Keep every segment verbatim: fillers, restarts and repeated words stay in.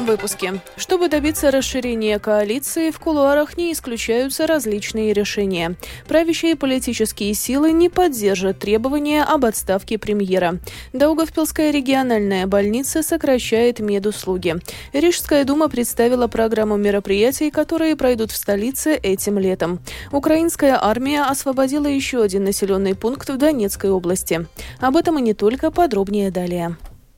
выпуске. Чтобы добиться расширения коалиции, в кулуарах не исключаются различные решения. Правящие политические силы не поддержат требования об отставке премьера. Даугавпилская региональная больница сокращает медуслуги. Рижская дума представила программу мероприятий, которые пройдут в столице этим летом. Украинская армия освободила еще один населенный пункт в Донецкой области. Об этом и не только, подробнее далее.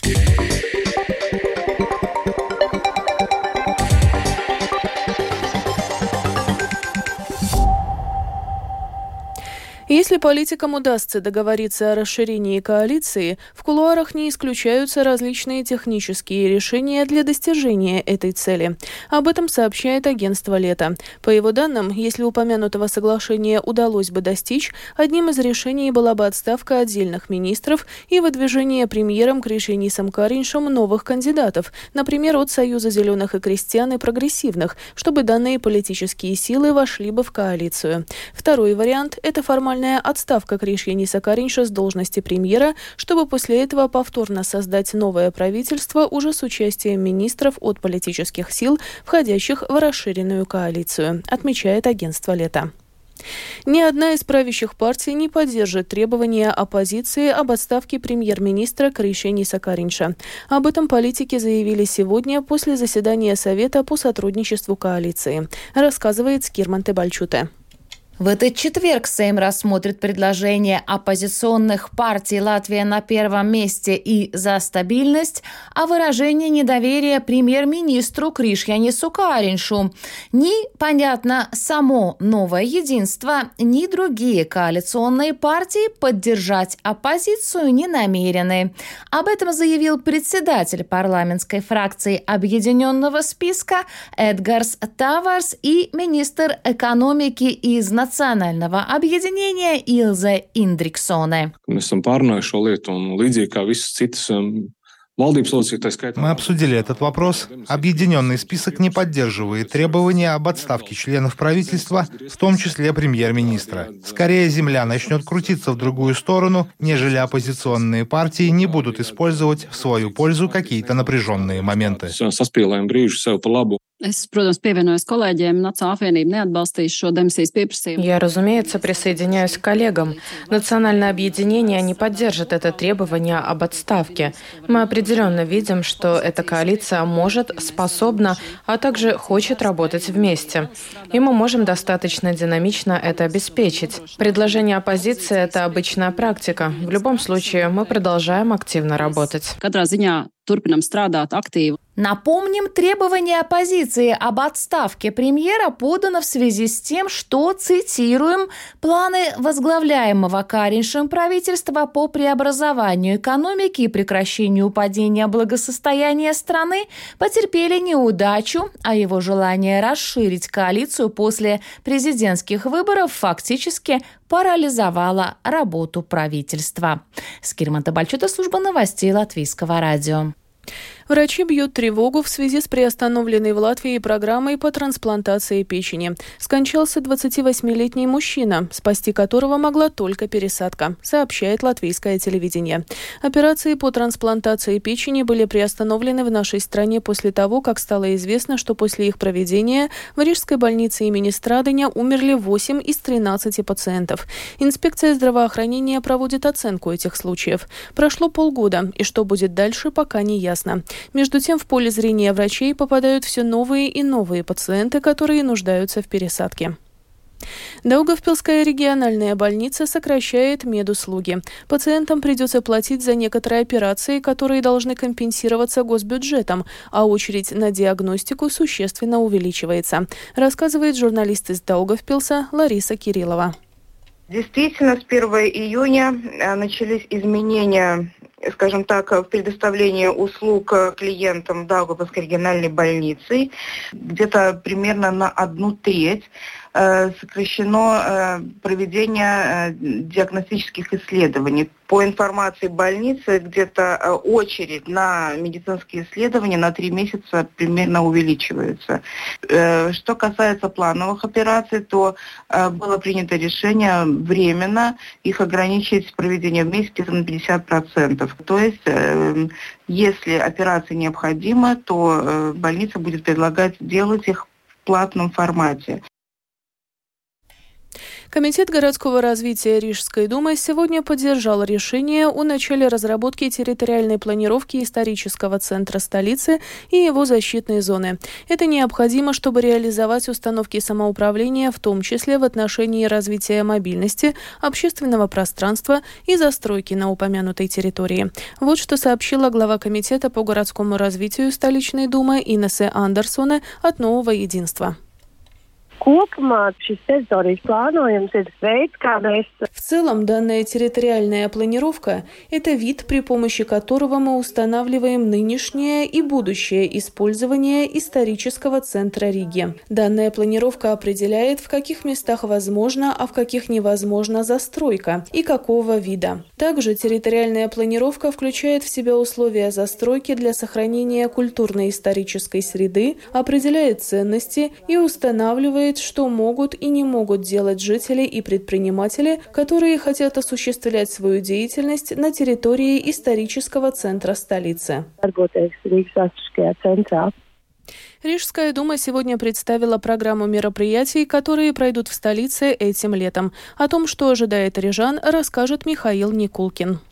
Если политикам удастся договориться о расширении коалиции, в кулуарах не исключаются различные технические решения для достижения этой цели. Об этом сообщает агентство «Лето». По его данным, если упомянутого соглашения удалось бы достичь, одним из решений была бы отставка отдельных министров и выдвижение премьером Кришьянисом Кариньшем новых кандидатов, например, от Союза зеленых и крестьян и прогрессивных, чтобы данные политические силы вошли бы в коалицию. Второй вариант – это формальный отставка Кришьяниса Кариньша с должности премьера, чтобы после этого повторно создать новое правительство уже с участием министров от политических сил, входящих в расширенную коалицию, отмечает агентство «Лето». Ни одна из правящих партий не поддержит требования оппозиции об отставке премьер-министра Кришьяниса Кариньша. Об этом политики заявили сегодня после заседания Совета по сотрудничеству коалиции, рассказывает Скирман Тебальчуте. В этот четверг Сейм рассмотрит предложение оппозиционных партий «Латвия на первом месте» и «За стабильность» о выражении недоверия премьер-министру Кришьянису Кариньшу. Ни, понятно, само новое единство, ни другие коалиционные партии поддержать оппозицию не намерены. Об этом заявил председатель парламентской фракции Объединенного списка Эдгарс Таварс и министр экономики из Национального Национального объединения Илзе Индриксоне. Мы обсудили этот вопрос. Объединенный список не поддерживает требования об отставке членов правительства, в том числе премьер-министра. Скорее, земля начнет крутиться в другую сторону, нежели оппозиционные партии не будут использовать в свою пользу какие-то напряженные моменты. Я, разумеется, присоединяюсь к коллегам. Национальное объединение не поддержит это требование об отставке. Мы определенно видим, что эта коалиция может, способна, а также хочет работать вместе. И мы можем достаточно динамично это обеспечить. Предложение оппозиции – это обычная практика. В любом случае, мы продолжаем активно работать. Напомним, требование оппозиции об отставке премьера подано в связи с тем, что, цитируем, планы возглавляемого Кариньшем правительства по преобразованию экономики и прекращению падения благосостояния страны потерпели неудачу, а его желание расширить коалицию после президентских выборов фактически парализовало работу правительства. Скирман Тебальчуте, служба новостей Латвийского радио. Врачи бьют тревогу в связи с приостановленной в Латвии программой по трансплантации печени. Скончался двадцативосьмилетний мужчина, спасти которого могла только пересадка, сообщает латвийское телевидение. Операции по трансплантации печени были приостановлены в нашей стране после того, как стало известно, что после их проведения в Рижской больнице имени Страдыня умерли восемь из тринадцати пациентов. Инспекция здравоохранения проводит оценку этих случаев. Прошло полгода, и что будет дальше, пока не ясно. Между тем, в поле зрения врачей попадают все новые и новые пациенты, которые нуждаются в пересадке. Даугавпилская региональная больница сокращает медуслуги. Пациентам придется платить за некоторые операции, которые должны компенсироваться госбюджетом, а очередь на диагностику существенно увеличивается, рассказывает журналист из Даугавпилса Лариса Кириллова. Действительно, с первого июня начались изменения, скажем так, в предоставлении услуг клиентам Даугавпилской региональной больницы. Где-то примерно на одну треть сокращено проведение диагностических исследований. По информации больницы, где-то очередь на медицинские исследования на три месяца примерно увеличивается. Что касается плановых операций, то было принято решение временно их ограничить проведение в месяц на пятьдесят процентов. То есть, если операция необходима, то больница будет предлагать делать их в платном формате. Комитет городского развития Рижской думы сегодня поддержал решение о начале разработки территориальной планировки исторического центра столицы и его защитной зоны. Это необходимо, чтобы реализовать установки самоуправления, в том числе в отношении развития мобильности, общественного пространства и застройки на упомянутой территории. Вот что сообщила глава Комитета по городскому развитию столичной думы Инессе Андерсоне от «Нового единства». В целом, данная территориальная планировка – это вид, при помощи которого мы устанавливаем нынешнее и будущее использование исторического центра Риги. Данная планировка определяет, в каких местах возможно, а в каких невозможна застройка и какого вида. Также территориальная планировка включает в себя условия застройки для сохранения культурно-исторической среды, определяет ценности и устанавливает, что могут и не могут делать жители и предприниматели, которые хотят осуществлять свою деятельность на территории исторического центра столицы. Рижская дума сегодня представила программу мероприятий, которые пройдут в столице этим летом. О том, что ожидает рижан, расскажет Михаил Никулкин.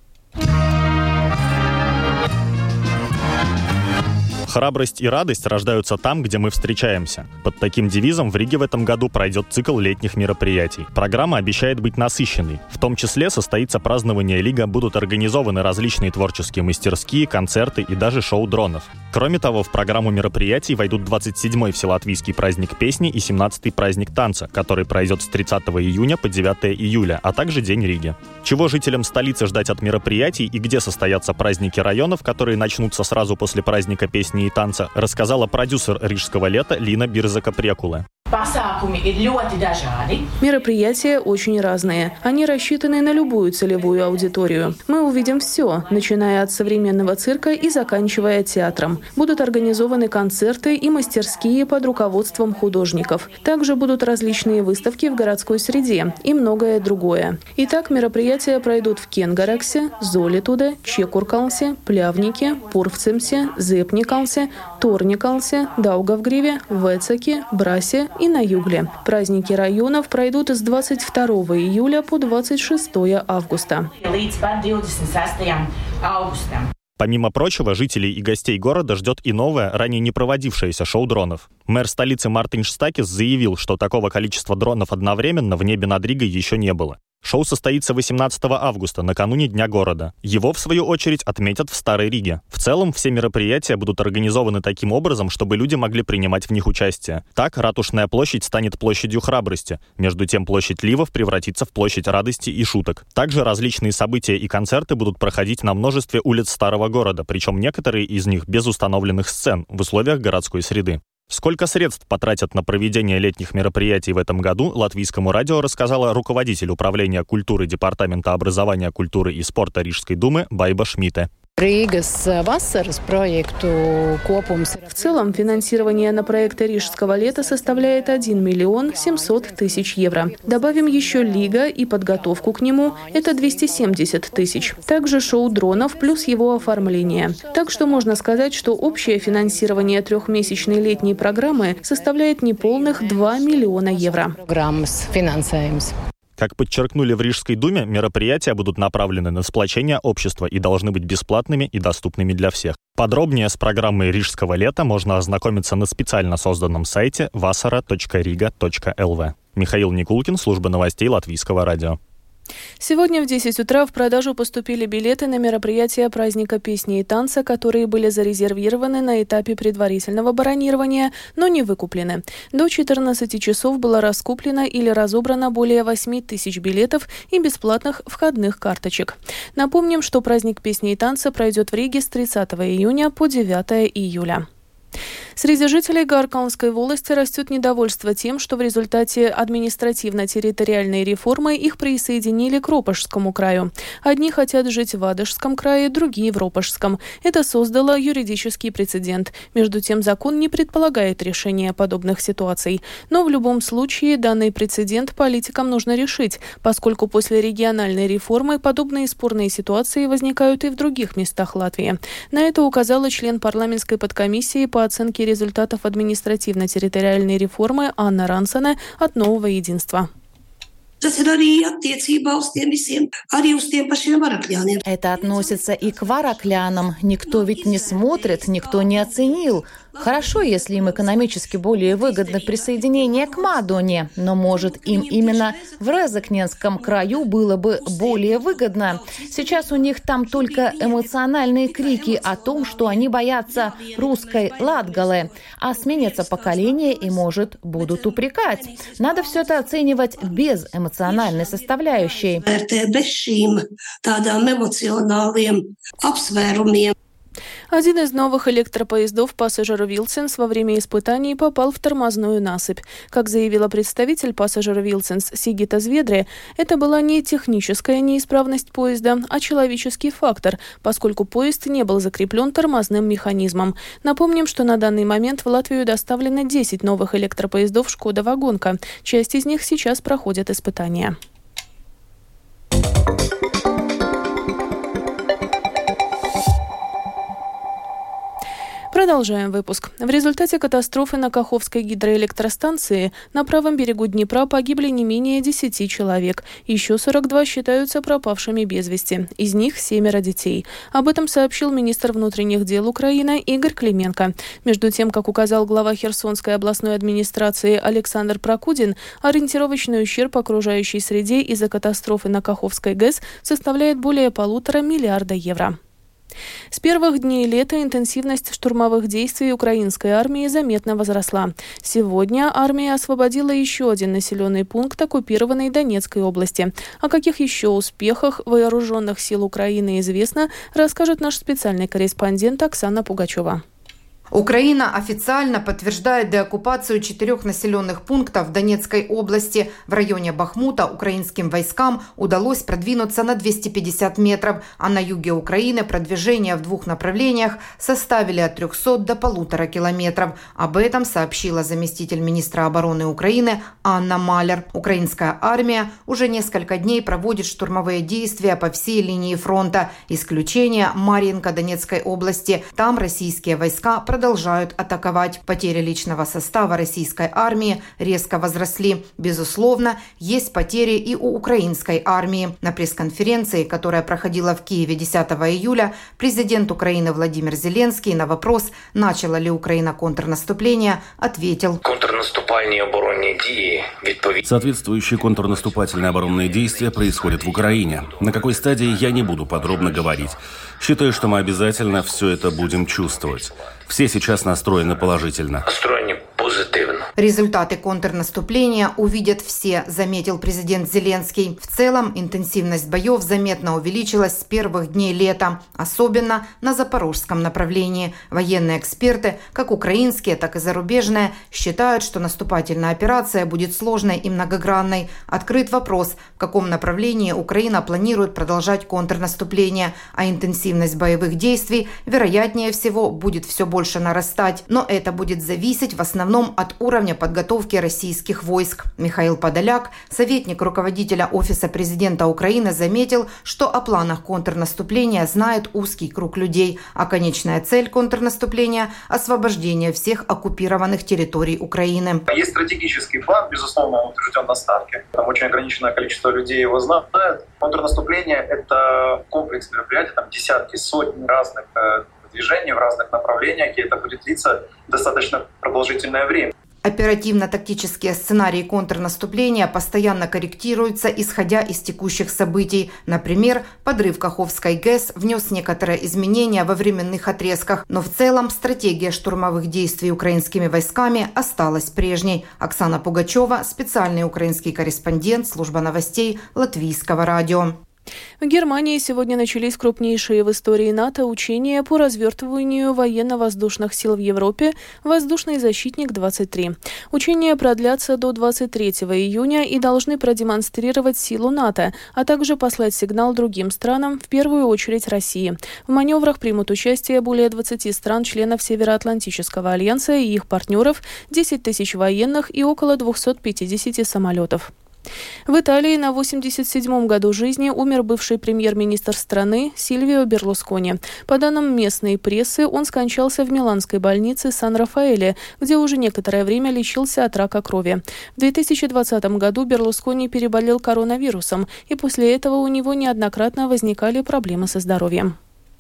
Храбрость и радость рождаются там, где мы встречаемся. Под таким девизом в Риге в этом году пройдет цикл летних мероприятий. Программа обещает быть насыщенной. В том числе состоится празднование Лига, будут организованы различные творческие мастерские, концерты и даже шоу дронов. Кроме того, в программу мероприятий войдут двадцать седьмой Вселатвийский праздник песни и семнадцатый праздник танца, который пройдет с тридцатого июня по девятого июля, а также День Риги. Чего жителям столицы ждать от мероприятий и где состоятся праздники районов, которые начнутся сразу после праздника песни и танца, рассказала продюсер Рижского лета Лина Бирзака-Прекуле. Мероприятия очень разные. Они рассчитаны на любую целевую аудиторию. Мы увидим все, начиная от современного цирка и заканчивая театром. Будут организованы концерты и мастерские под руководством художников. Также будут различные выставки в городской среде и многое другое. Итак, мероприятия пройдут в Кенгараксе, Золитуде, Чекуркалсе, Плявнике, Пурвцемсе, Зепникалсе, Торникалсе, Даугавгриве, Вецаке, Брасе и на Югле. Праздники районов пройдут с двадцать второго июля по двадцать шестого августа. Помимо прочего, жителей и гостей города ждет и новое, ранее не проводившееся шоу дронов. Мэр столицы Мартин Штакис заявил, что такого количества дронов одновременно в небе над Ригой еще не было. Шоу состоится восемнадцатого августа, накануне Дня города. Его, в свою очередь, отметят в Старой Риге. В целом, все мероприятия будут организованы таким образом, чтобы люди могли принимать в них участие. Так, Ратушная площадь станет площадью храбрости. Между тем, площадь Ливов превратится в площадь радости и шуток. Также различные события и концерты будут проходить на множестве улиц Старого города, причем некоторые из них без установленных сцен в условиях городской среды. Сколько средств потратят на проведение летних мероприятий в этом году, Латвийскому радио рассказала руководитель управления культуры Департамента образования, культуры и спорта Рижской думы Байба Шмите. В целом, финансирование на проекты Рижского лета составляет один миллион семьсот тысяч евро. Добавим еще Лига и подготовку к нему – это двести семьдесят тысяч. Также шоу дронов плюс его оформление. Так что можно сказать, что общее финансирование трехмесячной летней программы составляет неполных два миллиона евро. Как подчеркнули в Рижской думе, мероприятия будут направлены на сплочение общества и должны быть бесплатными и доступными для всех. Подробнее с программой Рижского лета можно ознакомиться на специально созданном сайте васара точка рига точка эл ви. Михаил Никулкин, служба новостей Латвийского радио. Сегодня в десять утра в продажу поступили билеты на мероприятия праздника песни и танца, которые были зарезервированы на этапе предварительного бронирования, но не выкуплены. До четырнадцати часов было раскуплено или разобрано более восьми тысяч билетов и бесплатных входных карточек. Напомним, что праздник песни и танца пройдет в Риге с тридцатого июня по девятого июля. Среди жителей Гаркалнской волости растет недовольство тем, что в результате административно-территориальной реформы их присоединили к Ропожскому краю. Одни хотят жить в Адышском крае, другие в Ропожском. Это создало юридический прецедент. Между тем, закон не предполагает решения подобных ситуаций. Но в любом случае данный прецедент политикам нужно решить, поскольку после региональной реформы подобные спорные ситуации возникают и в других местах Латвии. На это указала член парламентской подкомиссии по оценке результатов административно-территориальной реформы Анна Рансена от «Нового единства». Это относится и к вараклянам. Никто ведь не смотрит, никто не оценил. Хорошо, если им экономически более выгодно присоединение к Мадоне, но, может, им именно в Резекненском краю было бы более выгодно. Сейчас у них там только эмоциональные крики о том, что они боятся русской Латгалы, а сменится поколение и, может, будут упрекать. Надо все это оценивать без эмоциональной составляющей. Один из новых электропоездов «Пассажир Вилсенс» во время испытаний попал в тормозную насыпь. Как заявила представитель «Пассажир Вилсенс» Сигита Зведре, это была не техническая неисправность поезда, а человеческий фактор, поскольку поезд не был закреплен тормозным механизмом. Напомним, что на данный момент в Латвию доставлено десять новых электропоездов «Шкода Вагонка». Часть из них сейчас проходят испытания. Продолжаем выпуск. В результате катастрофы на Каховской гидроэлектростанции на правом берегу Днепра погибли не менее десяти человек. Еще сорок два считаются пропавшими без вести. Из них семеро детей. Об этом сообщил министр внутренних дел Украины Игорь Клименко. Между тем, как указал глава Херсонской областной администрации Александр Прокудин, ориентировочный ущерб окружающей среде из-за катастрофы на Каховской ГЭС составляет более полутора миллиарда евро. С первых дней лета интенсивность штурмовых действий украинской армии заметно возросла. Сегодня армия освободила еще один населенный пункт оккупированной Донецкой области. О каких еще успехах вооруженных сил Украины известно, расскажет наш специальный корреспондент Оксана Пугачева. Украина официально подтверждает деоккупацию четырех населенных пунктов в Донецкой области. В районе Бахмута украинским войскам удалось продвинуться на двести пятьдесят метров, а на юге Украины продвижение в двух направлениях составили от трехсот до полутора километров. Об этом сообщила заместитель министра обороны Украины Анна Малер. Украинская армия уже несколько дней проводит штурмовые действия по всей линии фронта. Исключение Марьинка Донецкой области. Там российские войска продолжают продолжают атаковать. Потери личного состава российской армии резко возросли. Безусловно, есть потери и у украинской армии. На пресс-конференции, которая проходила в Киеве десятого июля, президент Украины Владимир Зеленский на вопрос, начала ли Украина контрнаступление, ответил: Контрнаступальные оборонные действия. Соответствующие контрнаступательные оборонные действия происходят в Украине. На какой стадии, я не буду подробно говорить. Считаю, что мы обязательно все это будем чувствовать. Все сейчас настроены положительно. Настроены позитивно. Результаты контрнаступления увидят все, заметил президент Зеленский. В целом, интенсивность боев заметно увеличилась с первых дней лета, особенно на запорожском направлении. Военные эксперты, как украинские, так и зарубежные, считают, что наступательная операция будет сложной и многогранной. Открыт вопрос, в каком направлении Украина планирует продолжать контрнаступление, а интенсивность боевых действий, вероятнее всего, будет все больше нарастать. Но это будет зависеть в основном от уровня подготовки российских войск. Михаил Подоляк, советник руководителя Офиса президента Украины, заметил, что о планах контрнаступления знает узкий круг людей, а конечная цель контрнаступления – освобождение всех оккупированных территорий Украины. Есть стратегический план, безусловно, он утвержден на старте. Там очень ограниченное количество людей его знает. Контрнаступление – это комплекс мероприятий, там десятки, сотни разных движений в разных направлениях, и это будет длиться достаточно продолжительное время. Оперативно-тактические сценарии контрнаступления постоянно корректируются, исходя из текущих событий. Например, подрыв Каховской ГЭС внес некоторые изменения во временных отрезках, но в целом стратегия штурмовых действий украинскими войсками осталась прежней. Оксана Пугачева, специальный украинский корреспондент, служба новостей Латвийского радио. В Германии сегодня начались крупнейшие в истории НАТО учения по развертыванию военно-воздушных сил в Европе «Воздушный защитник-двадцать три». Учения продлятся до двадцать третьего июня и должны продемонстрировать силу НАТО, а также послать сигнал другим странам, в первую очередь России. В маневрах примут участие более двадцати стран-членов Североатлантического альянса и их партнеров, десять тысяч военных и около двухсот пятидесяти самолетов. В Италии на восемьдесят седьмом году жизни умер бывший премьер-министр страны Сильвио Берлускони. По данным местной прессы, он скончался в миланской больнице Сан-Рафаэле, где уже некоторое время лечился от рака крови. В две тысячи двадцатом году Берлускони переболел коронавирусом, и после этого у него неоднократно возникали проблемы со здоровьем.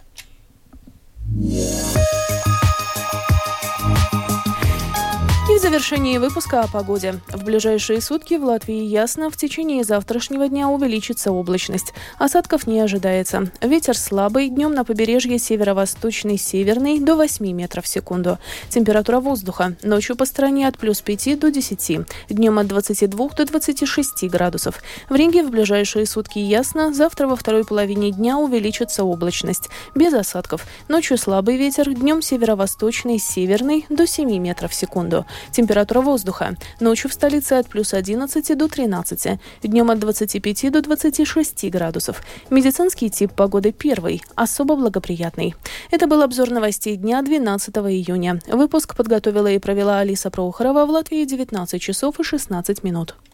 И в завершении выпуска о погоде. В ближайшие сутки в Латвии ясно, в течение завтрашнего дня увеличится облачность. Осадков не ожидается. Ветер слабый, днем на побережье северо-восточный, северный до восьми метров в секунду. Температура воздуха. Ночью по стране от плюс пяти до десяти. Днем от двадцати двух до двадцати шести градусов. В Риге в ближайшие сутки ясно, завтра во второй половине дня увеличится облачность. Без осадков. Ночью слабый ветер, днем северо-восточный, северный до семи метров в секунду. Температура воздуха. Ночью в столице от плюс одиннадцати до тринадцати. Днем от двадцати пяти до двадцати шести градусов. Медицинский тип погоды первый, особо благоприятный. Это был обзор новостей дня двенадцатого июня. Выпуск подготовила и провела Алиса Прохорова. В Латвии девятнадцать часов и шестнадцать минут.